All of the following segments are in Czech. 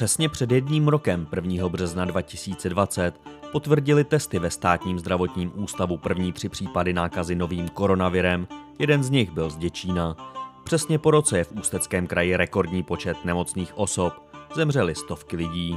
Přesně před jedním rokem, 1. března 2020, potvrdili testy ve Státním zdravotním ústavu první 3 případy nákazy novým koronavirem, jeden z nich byl z Děčína. Přesně po roce je v Ústeckém kraji rekordní počet nemocných osob, zemřely stovky lidí.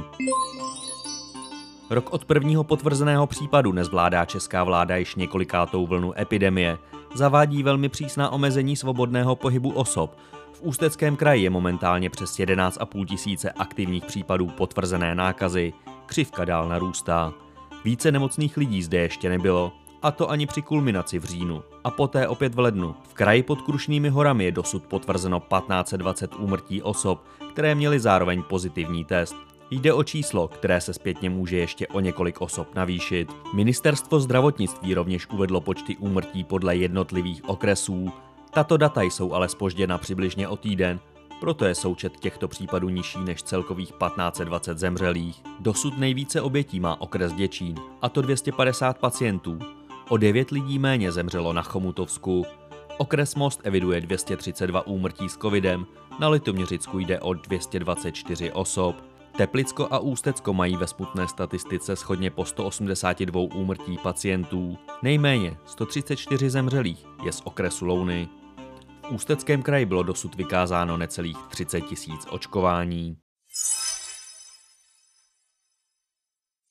Rok od prvního potvrzeného případu nezvládá česká vláda již několikátou vlnu epidemie. Zavádí velmi přísná omezení svobodného pohybu osob. V Ústeckém kraji je momentálně přes 11,5 tisíce aktivních případů potvrzené nákazy. Křivka dál narůstá. Více nemocných lidí zde ještě nebylo, a to ani při kulminaci v říjnu a poté opět v lednu. V kraji pod Krušnými horami je dosud potvrzeno 1520 úmrtí osob, které měly zároveň pozitivní test. Jde o číslo, které se zpětně může ještě o několik osob navýšit. Ministerstvo zdravotnictví rovněž uvedlo počty úmrtí podle jednotlivých okresů. Tato data jsou ale zpožděna přibližně o týden, proto je součet těchto případů nižší než celkových 1520 zemřelých. Dosud nejvíce obětí má okres Děčín, a to 250 pacientů. O 9 lidí méně zemřelo na Chomutovsku. Okres Most eviduje 232 úmrtí s covidem, na Litoměřicku jde o 224 osob. Teplicko a Ústecko mají ve smutné statistice shodně po 182 úmrtí pacientů. Nejméně 134 zemřelých je z okresu Louny. V Ústeckém kraji bylo dosud vykázáno necelých 30 000 očkování.